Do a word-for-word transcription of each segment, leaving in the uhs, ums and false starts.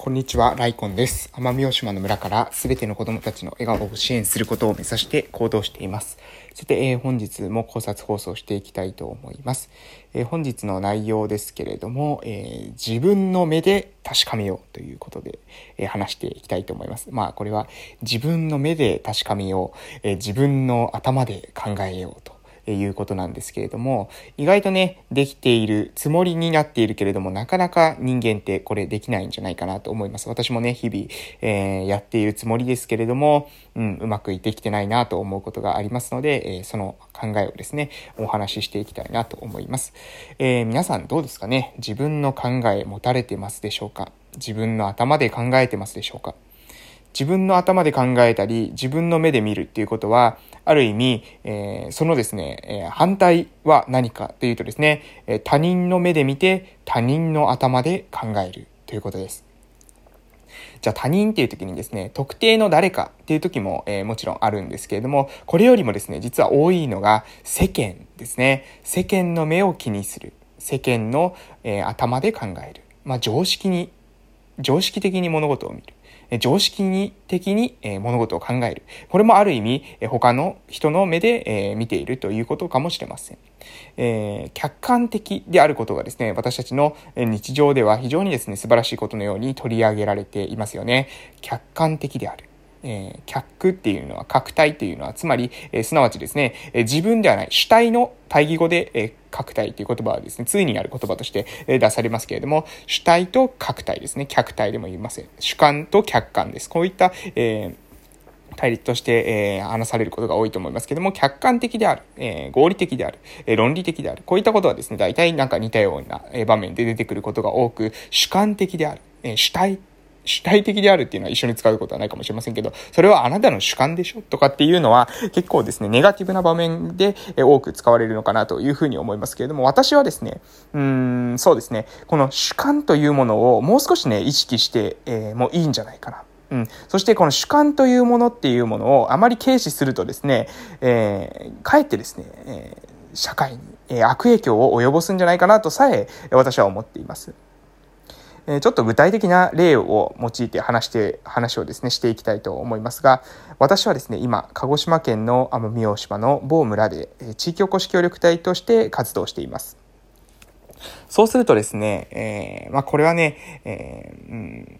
こんにちは、ライコンです。奄美大島の村からすべての子供たちの笑顔を支援することを目指して行動しています。さて、えー、本日も考察放送していきたいと思います。えー、本日の内容ですけれども、えー、自分の目で確かめようということで、えー、話していきたいと思います。まあ、これは自分の目で確かめよう、えー、自分の頭で考えようと。いうことなんですけれども、意外とね、できているつもりになっているけれども、なかなか人間ってこれできないんじゃないかなと思います。私もね、日々、えー、やっているつもりですけれども、うん、うまくいってきてないなと思うことがありますので、えー、その考えをですね、お話ししていきたいなと思います。えー、皆さんどうですかね？自分の考え持たれてますでしょうか？自分の頭で考えてますでしょうか？自分の頭で考えたり、自分の目で見るっていうことは、ある意味、えー、そのですね、えー、反対は何かというとですね、えー、他人の目で見て、他人の頭で考えるということです。じゃあ他人っていう時にですね、特定の誰かっていう時も、えー、もちろんあるんですけれども、これよりもですね、実は多いのが世間ですね。世間の目を気にする。世間の、えー、頭で考える。まあ常識に、常識的に物事を見る。常識的に物事を考える。これもある意味他の人の目で見ているということかもしれません。えー、客観的であることがですね、私たちの日常では非常にですね、素晴らしいことのように取り上げられていますよね。客観的である。えー、客っていうのは、客体っていうのは、つまり、えー、すなわちですね、えー、自分ではない主体の対義語で、えー、客体という言葉はですね、対にある言葉として、えー、出されますけれども、主体と客体ですね、客体でも言いません。主観と客観です。こういった、えー、対立として、えー、話されることが多いと思いますけれども、客観的である、えー、合理的である、えー、論理的である。こういったことはですね、大体なんか似たような、えー、場面で出てくることが多く、主観的である、えー、主体主体的であるっていうのは一緒に使うことはないかもしれませんけど、それはあなたの主観でしょとかっていうのは結構ですね、ネガティブな場面で多く使われるのかなというふうに思いますけれども、私はですね、うーん、そうですね、この主観というものをもう少しね、意識して、えー、もういいんじゃないかな。うん。そしてこの主観というものっていうものをあまり軽視するとですね、えー、かえってですね、えー、社会に、えー、悪影響を及ぼすんじゃないかなとさえ私は思っています。ちょっと具体的な例を用いて話して、話をですね、していきたいと思いますが、私はですね、今、鹿児島県の奄美大島の某村で、地域おこし協力隊として活動しています。そうするとですね、えー、まあこれはね、えーうん、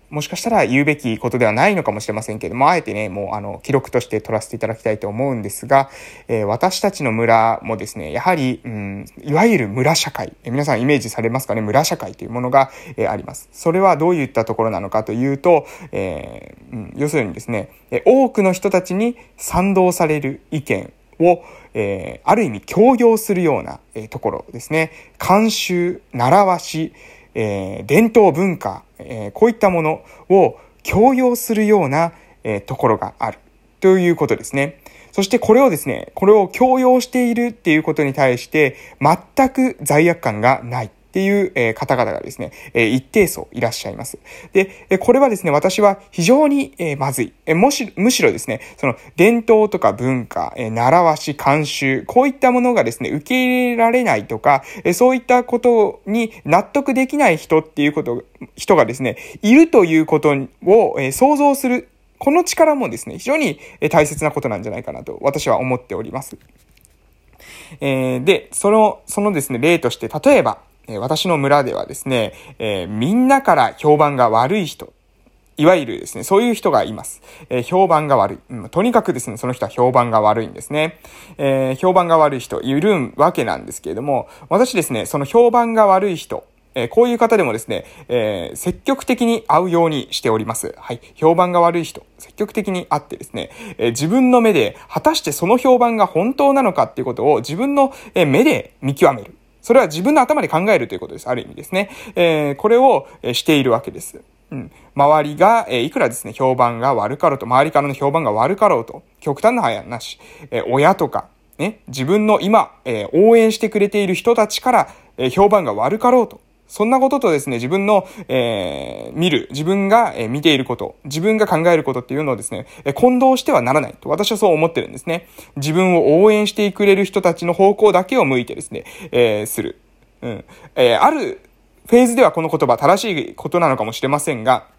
もしかしたら言うべきことではないのかもしれませんけども、あえてね、もうあの記録として取らせていただきたいと思うんですが、えー、私たちの村もですね、やはり、うん、いわゆる村社会、えー、皆さんイメージされますかね、村社会というものが、えー、あります。それはどういったところなのかというと、えーうん、要するにですね、多くの人たちに賛同される意見を、えー、ある意味強要するような、えー、ところですね。慣習、習わし、えー、伝統文化、えー、こういったものを強要するような、えー、ところがあるということですね。そしてこれをですね、これを強要しているっていうことに対して全く罪悪感がない。っていう、えー、方々がですね、えー、一定層いらっしゃいます。で、えー、これはですね、私は非常に、えー、まずい。えー、もし、むしろですね、その伝統とか文化、えー、習わし、慣習、こういったものがですね、受け入れられないとか、えー、そういったことに納得できない人っていうこと、人がですね、いるということを、えー、想像する、この力もですね、非常に大切なことなんじゃないかなと私は思っております。えー、で、その、そのですね、例として、例えば、私の村ではですね、えー、みんなから評判が悪い人、いわゆるですね、そういう人がいます。えー、評判が悪い、うん。とにかくですね、その人は評判が悪いんですね。えー、評判が悪い人いるわけなんですけれども、私ですね、その評判が悪い人、えー、こういう方でもですね、えー、積極的に会うようにしております。はい。評判が悪い人、積極的に会ってですね、えー、自分の目で果たしてその評判が本当なのかっていうことを自分の目で見極める。それは自分の頭で考えるということです。ある意味ですね。えー、これをしているわけです。うん。周りが、えー、いくらですね、評判が悪かろうと、周りからの評判が悪かろうと、極端な話、えー、親とか、ね、自分の今、えー、応援してくれている人たちから、えー、評判が悪かろうと、そんなこととですね、自分の、えー、見る、自分が、えー、見ていること、自分が考えることっていうのをですね、えー、混同してはならないと私はそう思ってるんですね。自分を応援してくれる人たちの方向だけを向いてですね、えー、する。うん。えー、あるフェーズではこの言葉正しいことなのかもしれませんが、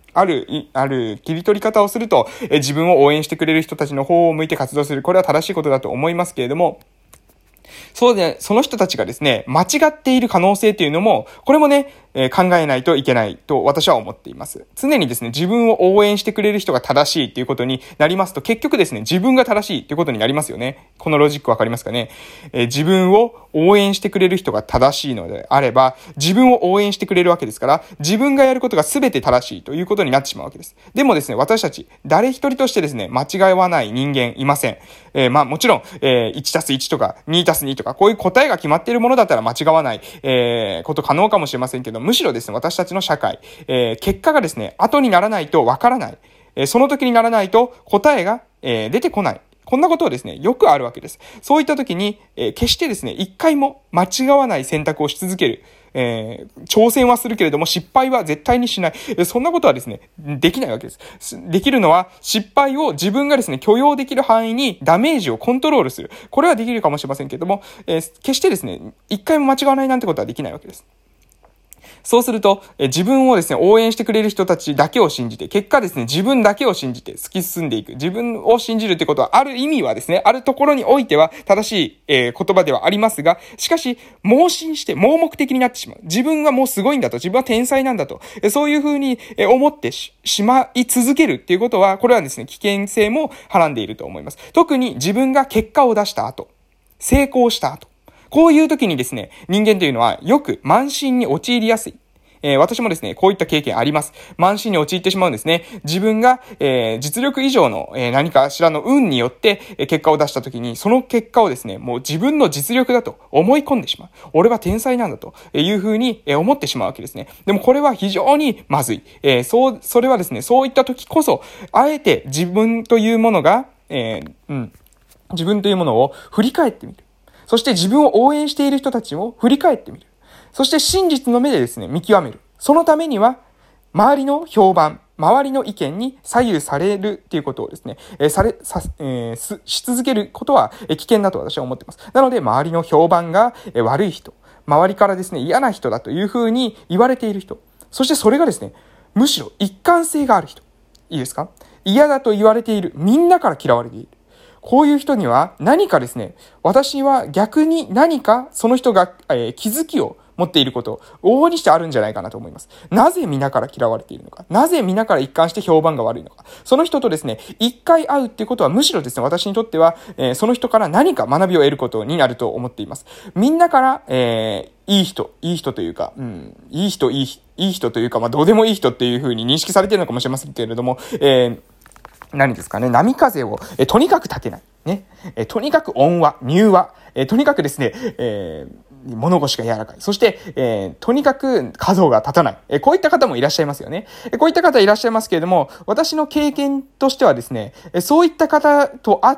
ある、ある切り取り方をすると、え自分を応援してくれる人たちの方を向いて活動する。これは正しいことだと思いますけれども、そうで、その人たちがですね、間違っている可能性というのも、これもね、えー、考えないといけないと私は思っています。常にですね、自分を応援してくれる人が正しいということになりますと、結局ですね、自分が正しいということになりますよね。このロジックわかりますかね、えー、自分を応援してくれる人が正しいのであれば、自分を応援してくれるわけですから、自分がやることが全て正しいということになってしまうわけです。でもですね、私たち、誰一人としてですね、間違わない人間いません。えー、まあもちろん、えー、いちたすいちとかにたすにとか、こういう答えが決まっているものだったら間違わない、えー、こと可能かもしれませんけど、むしろですね、私たちの社会、えー、結果がですね、後にならないとわからない。えー、その時にならないと答えが、えー、出てこない。こんなことをですね、よくあるわけです。そういった時に、えー、決してですね、一回も間違わない選択をし続ける。えー、挑戦はするけれども失敗は絶対にしない。えー、そんなことはですね、できないわけです。できるのは失敗を自分がですね、許容できる範囲にダメージをコントロールする。これはできるかもしれませんけれども、えー、決してですね、一回も間違わないなんてことはできないわけです。そうすると、え自分をですね、応援してくれる人たちだけを信じて、結果ですね、自分だけを信じて突き進んでいく。自分を信じるってことは、ある意味はですね、あるところにおいては正しい、えー、言葉ではありますが、しかし、盲信して盲目的になってしまう。自分はもうすごいんだと、自分は天才なんだと、えそういうふうに、え思ってし、しまい続けるっていうことは、これはですね、危険性もはらんでいると思います。特に自分が結果を出した後、成功した後、こういう時にですね、人間というのはよく慢心に陥りやすい。えー、私もですね、こういった経験あります。慢心に陥ってしまうんですね。自分が、えー、実力以上の、えー、何かしらの運によって、えー、結果を出した時に、その結果をですね、もう自分の実力だと思い込んでしまう。俺は天才なんだというふうに、えー、思ってしまうわけですね。でもこれは非常にまずい。えー、そう、それはですね、そういった時こそ、あえて自分というものが、えー、うん、自分というものを振り返ってみる。そして自分を応援している人たちを振り返ってみる。そして真実の目でですね、見極める。そのためには、周りの評判、周りの意見に左右されるっていうことをですね、えー、され、さ、えー、し続けることは危険だと私は思っています。なので、周りの評判が悪い人、周りからですね、嫌な人だというふうに言われている人、そしてそれがですね、むしろ一貫性がある人。いいですか？嫌だと言われている、みんなから嫌われている。こういう人には何かですね、私は逆に何かその人が、えー、気づきを持っていること、往々にしてあるんじゃないかなと思います。なぜ皆から嫌われているのか。なぜ皆から一貫して評判が悪いのか。その人とですね、一回会うっていうことはむしろですね、私にとっては、えー、その人から何か学びを得ることになると思っています。みんなから、えー、いい人、いい人というか、うん、いい人、いい、いい人というか、まあ、どうでもいい人っていう風に認識されているのかもしれませんけれども、えー、何ですかね、波風を、えとにかく立てない。ね。えとにかく温和、柔和。えとにかくですね、えー、物腰が柔らかい。そして、えー、とにかく角が立たない。えこういった方もいらっしゃいますよね。えこういった方いらっしゃいますけれども、私の経験としてはですね、えそういった方と会って、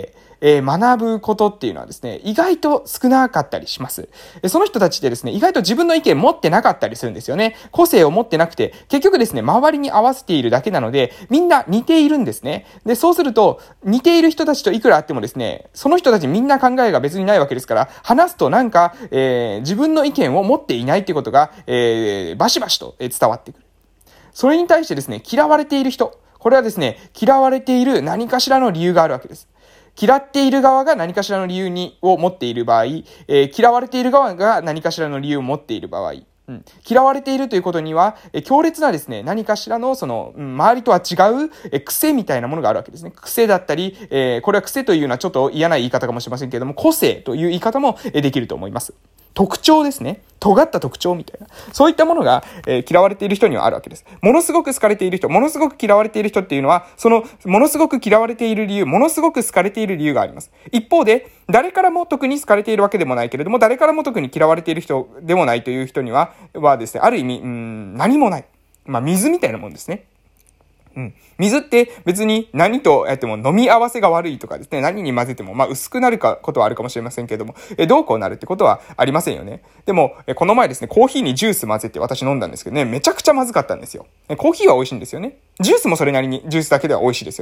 えー、学ぶことっていうのはですね、意外と少なかったりします。えその人たちってですね、意外と自分の意見持ってなかったりするんですよね。個性を持ってなくて、結局ですね、周りに合わせているだけなので、みんな似ているんですね。で、そうすると、似ている人たちといくらあってもですね、その人たちみんな考えが別にないわけですから、話すとなんか、えー、自分の意見を持っていないっていうことが、えー、バシバシと伝わってくる。それに対してですね、嫌われている人、これはですね、嫌われている何かしらの理由があるわけです。嫌っている側が何かしらの理由にを持っている場合、えー、嫌われている側が何かしらの理由を持っている場合、うん、嫌われているということには、えー、強烈なですね、何かしらのその、うん、周りとは違う、えー、癖みたいなものがあるわけですね。癖だったり、えー、これは癖というのはちょっと嫌な言い方かもしれませんけれども、個性という言い方も、えー、できると思います。特徴ですね。尖った特徴みたいな。そういったものが、えー、嫌われている人にはあるわけです。ものすごく好かれている人、ものすごく嫌われている人っていうのは、その、ものすごく嫌われている理由、ものすごく好かれている理由があります。一方で、誰からも特に好かれているわけでもないけれども、誰からも特に嫌われている人でもないという人には、はですね、ある意味、うーん、何もない。まあ、水みたいなもんですね。うん。水って別に何とやっても飲み合わせが悪いとかですね、何に混ぜても、まあ薄くなるかことはあるかもしれませんけれども、え、どうこうなるってことはありませんよね。でも、え、この前ですね、コーヒーにジュース混ぜて私飲んだんですけどね、めちゃくちゃまずかったんですよ。え、コーヒーは美味しいんですよね。ジュースもそれなりにジュースだけでは美味しいですよね。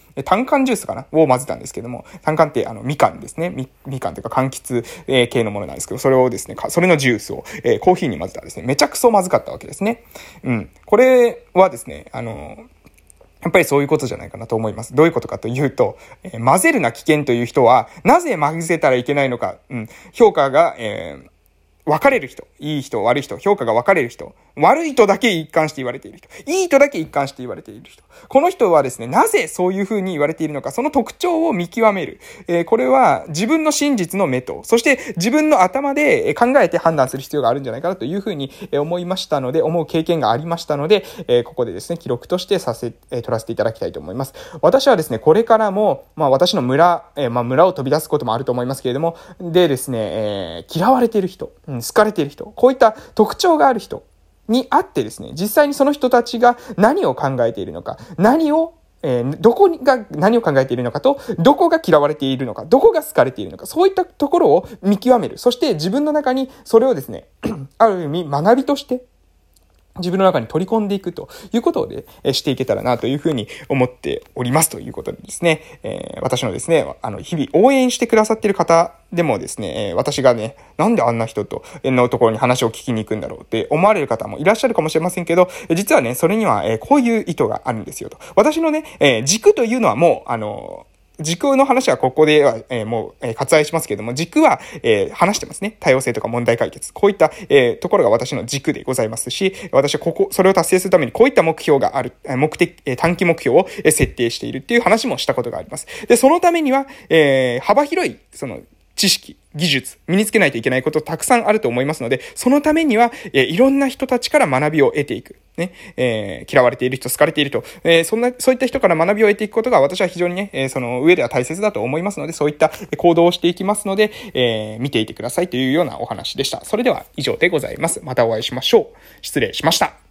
単管ジュースかなを混ぜたんですけども、単管ってあのみかんですね。み、みかんというか柑橘、えー、系のものなんですけど、それをですね、それのジュースを、えー、コーヒーに混ぜたらですね、めちゃくそまずかったわけですね。うん。これはですね、あの、やっぱりそういうことじゃないかなと思います。どういうことかというと、えー、混ぜるな危険という人は、なぜ混ぜたらいけないのか、うん、評価が、えー分かれる人、いい人、悪い人、評価が分かれる人、悪いとだけ一貫して言われている人、いいとだけ一貫して言われている人。この人はですね、なぜそういう風に言われているのか、その特徴を見極める。えー、これは自分の真実の目と、そして自分の頭で考えて判断する必要があるんじゃないかなという風に思いましたので、思う経験がありましたので、えー、ここでですね、記録としてさせ、えー、取らせていただきたいと思います。私はですね、これからも、まあ私の村、えー、まあ村を飛び出すこともあると思いますけれども、でですね、えー、嫌われている人、うん、好かれている人、こういった特徴がある人にあってですね、実際にその人たちが何を考えているのか、何をえー、どこが何を考えているのかと、どこが嫌われているのか、どこが好かれているのか、そういったところを見極める。そして自分の中にそれをですね、ある意味学びとして自分の中に取り込んでいくということをね、していけたらなというふうに思っておりますということでですね、えー、私のですね、あの、日々応援してくださっている方でもですね、私がね、なんであんな人とのところに話を聞きに行くんだろうって思われる方もいらっしゃるかもしれませんけど、実はね、それにはこういう意図があるんですよと。私のね、軸というのはもう、あの、軸の話はここでは、えー、もう、えー、割愛しますけれども、軸は、えー、話してますね。多様性とか問題解決。こういった、えー、ところが私の軸でございますし、私はここ、それを達成するためにこういった目標がある、目的、えー、短期目標を設定しているっていう話もしたことがあります。で、そのためには、えー、幅広い、その、知識、技術、身につけないといけないことたくさんあると思いますので、そのためには、えー、いろんな人たちから学びを得ていく。ね、えー、嫌われている人、好かれている人、えー、そんな、そういった人から学びを得ていくことが私は非常にね、えー、その上では大切だと思いますので、そういった行動をしていきますので、えー、見ていてくださいというようなお話でした。それでは以上でございます。またお会いしましょう。失礼しました。